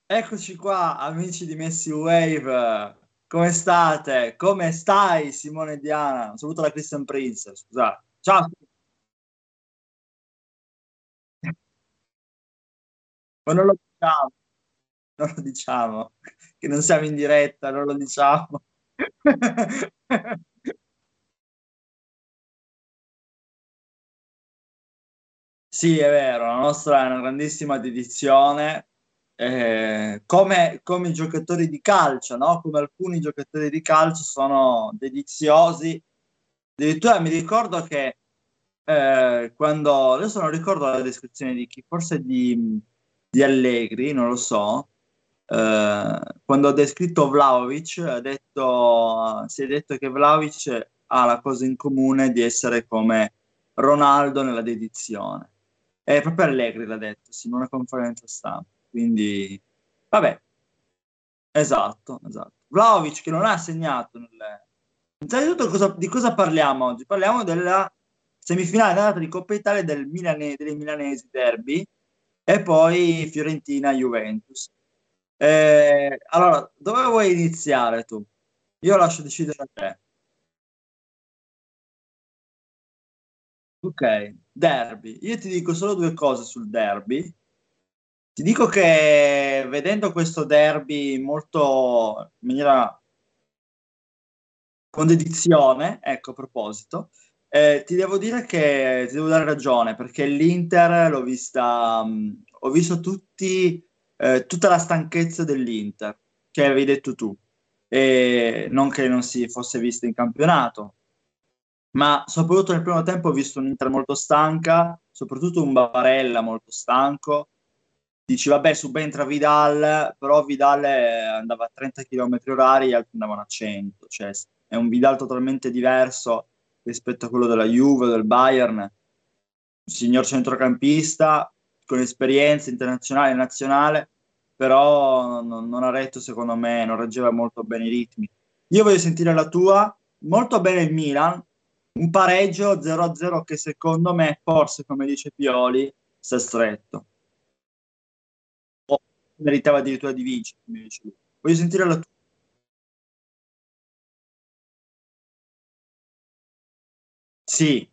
Eccoci qua, amici di Messi Wave. Come state? Come stai, Simone e Diana? Un saluto da Christian Prince, scusate. Ciao. Ma non lo diciamo, non lo diciamo, che non siamo in diretta, non lo diciamo. Sì, è vero, la nostra è una grandissima dedizione, come i giocatori di calcio, no? Come alcuni giocatori di calcio sono dediziosi. Addirittura mi ricordo che quando, adesso non ricordo la descrizione di chi, forse di Allegri, non lo so, quando ha descritto Vlahovic, si è detto che Vlahovic ha la cosa in comune di essere come Ronaldo nella dedizione. È proprio Allegri l'ha detto, sì, in una conferenza stampa. Quindi, vabbè, esatto, esatto. Vlahovic che non ha segnato Innanzitutto di cosa parliamo oggi? Parliamo della semifinale d'andata di Coppa Italia delle milanesi derby e poi Fiorentina-Juventus. Allora, dove vuoi iniziare tu? Io lascio decidere a te. Ok, derby. Io ti dico solo due cose sul derby. Ti dico che vedendo questo derby molto in maniera con dedizione, ecco a proposito, ti devo dire che ti devo dare ragione perché l'Inter l'ho vista, ho visto tutta la stanchezza dell'Inter, che avevi detto tu, e non che non si fosse vista in campionato, ma soprattutto nel primo tempo ho visto un'Inter molto stanca, soprattutto un Barella molto stanco. Dici, vabbè, subentra Vidal, però Vidal andava a 30 km orari, gli altri andavano a 100, cioè è un Vidal totalmente diverso rispetto a quello della Juve, del Bayern, un signor centrocampista con esperienza internazionale e nazionale, però non ha retto secondo me, non reggeva molto bene i ritmi. Io voglio sentire la tua, molto bene il Milan, un pareggio 0-0 che secondo me, forse come dice Pioli, sta stretto o meritava addirittura di vincere, come dici lui. Voglio sentire la tua. Sì,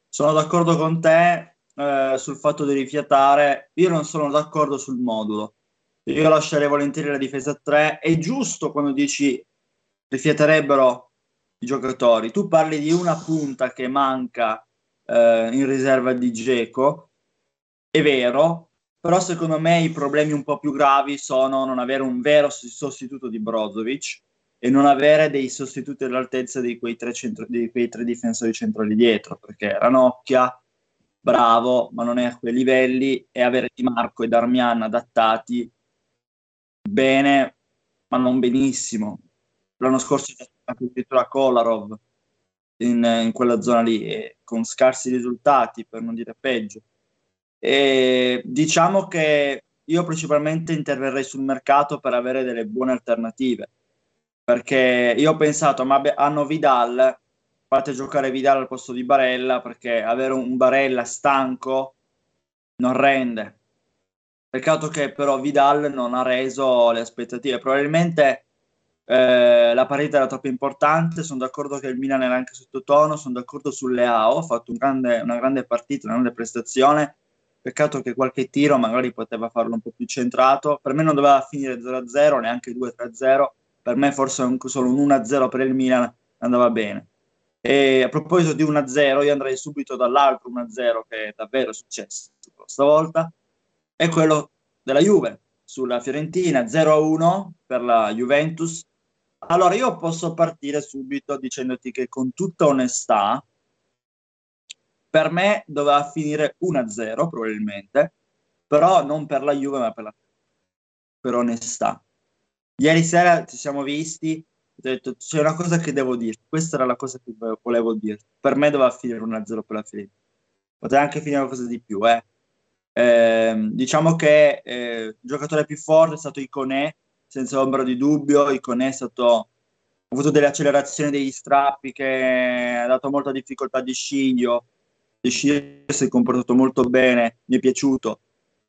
Sono d'accordo con te sul fatto di rifiatare. Io non sono d'accordo sul modulo. Io lascerei volentieri la difesa a 3. È giusto quando dici rifiaterebbero i giocatori. Tu parli di una punta che manca in riserva di Dzeko, è vero, però secondo me i problemi un po' più gravi sono non avere un vero sostituto di Brozovic e non avere dei sostituti all'altezza di quei tre difensori centrali dietro, perché Ranocchia, bravo, ma non è a quei livelli, e avere Di Marco e Darmian adattati bene, ma non benissimo. L'anno scorso c'è stato addirittura Kolarov in quella zona lì, e con scarsi risultati, per non dire peggio. E diciamo che io principalmente interverrei sul mercato per avere delle buone alternative, perché io ho pensato, ma hanno Vidal, fate giocare Vidal al posto di Barella, perché avere un Barella stanco non rende. Peccato che però Vidal non ha reso le aspettative. Probabilmente la partita era troppo importante. Sono d'accordo che il Milan era anche sottotono. Sono d'accordo su Leao. Ha fatto una grande partita, una grande prestazione. Peccato che qualche tiro magari poteva farlo un po' più centrato. Per me non doveva finire 0-0, neanche 2-3-0. Per me forse anche solo un 1-0 per il Milan andava bene. E a proposito di 1-0, io andrei subito dall'altro 1-0 che è davvero successo stavolta, è quello della Juve sulla Fiorentina, 0-1 per la Juventus. Allora io posso partire subito dicendoti che con tutta onestà, per me doveva finire 1-0 probabilmente, però non per la Juve ma per onestà. Ieri sera ci siamo visti, ho detto c'è una cosa che devo dirti, questa era la cosa che volevo dirti. Per me doveva finire 1-0 per la Fiorentina. Poteva anche finire qualcosa di più, eh. Diciamo che il giocatore più forte è stato Iconé, senza ombra di dubbio. Iconé è stato, ha avuto delle accelerazioni degli strappi che ha dato molta difficoltà di Sciglio. Di Sciglio si è comportato molto bene, mi è piaciuto.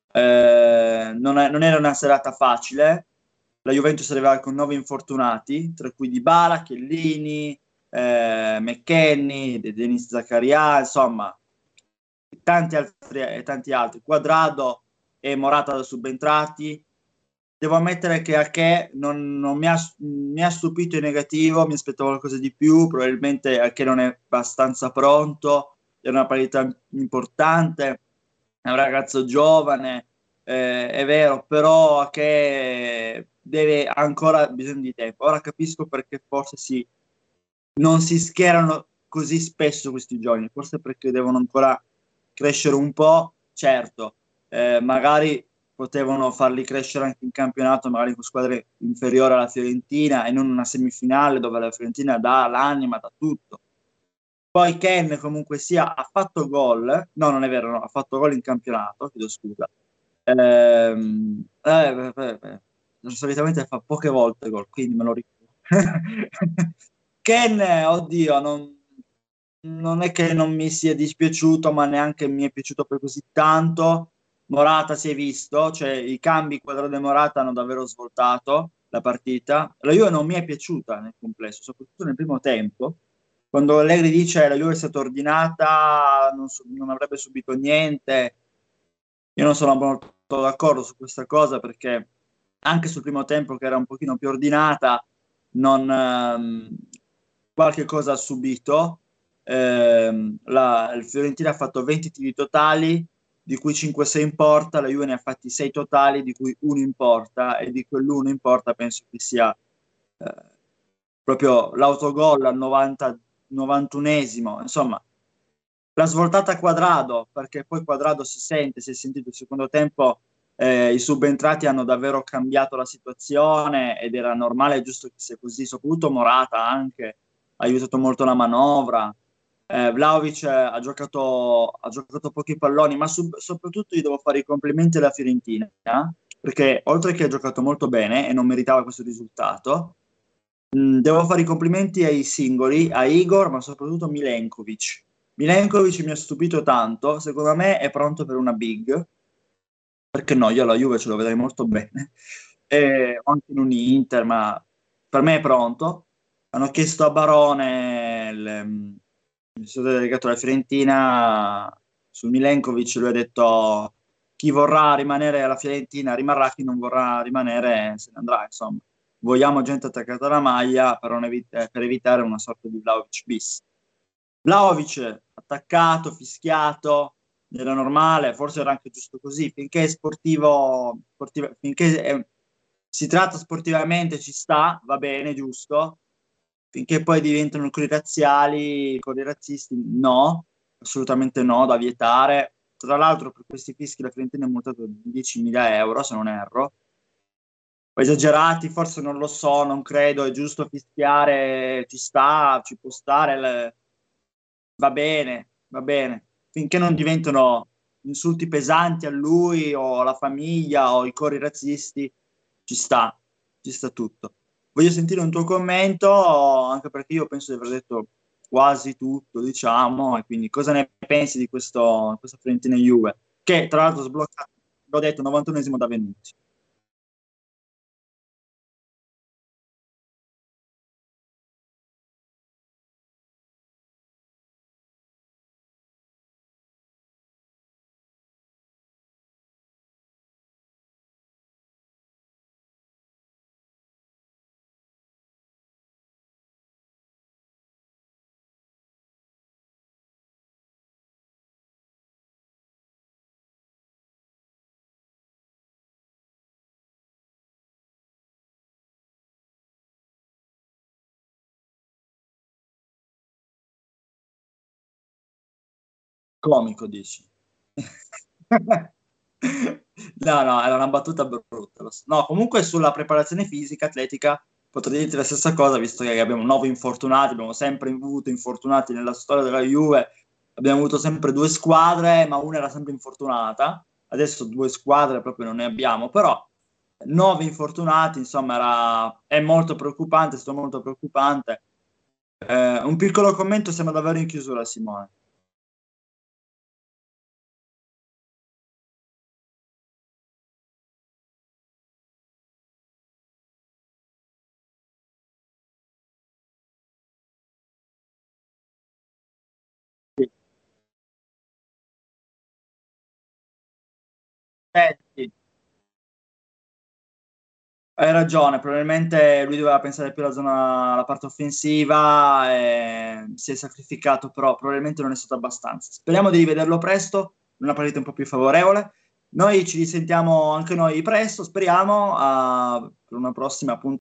Non era una serata facile. La Juventus arrivava con 9 infortunati, tra cui Dybala, Chiellini, McKennie, Denis Zakaria, insomma, tanti altri. Quadrado e Morata da subentrati. Devo ammettere che Ake non mi ha stupito in negativo, mi aspettavo qualcosa di più, probabilmente Ake non è abbastanza pronto, è una partita importante, è un ragazzo giovane, è vero, però Ake deve ancora bisogno di tempo. Ora capisco perché forse non si schierano così spesso questi giovani, forse perché devono ancora crescere un po', certo, magari potevano farli crescere anche in campionato, magari con squadre inferiori alla Fiorentina e non una semifinale dove la Fiorentina dà l'anima, dà tutto. Poi Ken comunque sia ha fatto gol, no non è vero, no, ha fatto gol in campionato, chiedo scusa. Solitamente fa poche volte gol, quindi me lo ricordo. Ken, oddio, non è che non mi sia dispiaciuto, ma neanche mi è piaciuto per così tanto. Morata si è visto, cioè i cambi Quadrado e Morata hanno davvero svoltato la partita. La Juve non mi è piaciuta nel complesso, soprattutto nel primo tempo. Quando Allegri dice la Juve è stata ordinata, non avrebbe subito niente, io non sono molto d'accordo su questa cosa perché anche sul primo tempo che era un pochino più ordinata, non, qualche cosa ha subito. Il Fiorentina ha fatto 20 tiri totali, di cui 5-6 in porta, la Juve ne ha fatti 6 totali, di cui uno in porta, e di quell'uno in porta penso che sia eh, proprio l'autogol al 91esimo, insomma, la svoltata a Quadrado, perché poi Quadrado si è sentito il secondo tempo, i subentrati hanno davvero cambiato la situazione ed era normale e giusto che sia così, soprattutto Morata anche ha aiutato molto la manovra. Vlahovic ha giocato pochi palloni, ma soprattutto gli devo fare i complimenti alla Fiorentina, perché oltre che ha giocato molto bene e non meritava questo risultato, devo fare i complimenti ai singoli, a Igor, ma soprattutto a Milenkovic. Milenkovic mi ha stupito tanto, secondo me è pronto per una big, perché no, io alla Juve ce lo vedrei molto bene, anche in un Inter, ma per me è pronto. Hanno chiesto a Barone è stato delegato alla Fiorentina. Su Milenkovic lui ha detto chi vorrà rimanere alla Fiorentina rimarrà, chi non vorrà rimanere se ne andrà, insomma. Vogliamo gente attaccata alla maglia per evitare una sorta di Vlahovic bis. Vlahovic attaccato, fischiato, era normale, forse era anche giusto così, finché è finché si tratta sportivamente ci sta, va bene, giusto, finché poi diventano quelli razzisti, no, assolutamente no, da vietare. Tra l'altro per questi fischi la Fiorentina è multato di 10.000 euro, se non erro. Esagerati, forse non lo so, non credo, è giusto fischiare, ci sta, ci può stare, va bene, finché non diventano insulti pesanti a lui o alla famiglia o i cori razzisti, ci sta tutto. Voglio sentire un tuo commento, anche perché io penso di aver detto quasi tutto, diciamo, e quindi cosa ne pensi di questa Fiorentina Juve, che tra l'altro sblocca, l'ho detto, 91esimo da Venuti. Comico, dici? No, no, era una battuta brutta. No, comunque sulla preparazione fisica, atletica, potrei dirti la stessa cosa, visto che abbiamo 9 infortunati, abbiamo sempre avuto infortunati nella storia della Juve, abbiamo avuto sempre due squadre, ma una era sempre infortunata, adesso due squadre proprio non ne abbiamo, però 9 infortunati, insomma, è molto preoccupante, sto molto preoccupante. Un piccolo commento, siamo davvero in chiusura, Simone. Sì. Sì. Hai ragione, probabilmente lui doveva pensare più alla zona, alla parte offensiva, e si è sacrificato, però probabilmente non è stato abbastanza. Speriamo di rivederlo presto, in una partita un po' più favorevole. Noi ci risentiamo anche noi presto, speriamo, per una prossima puntata.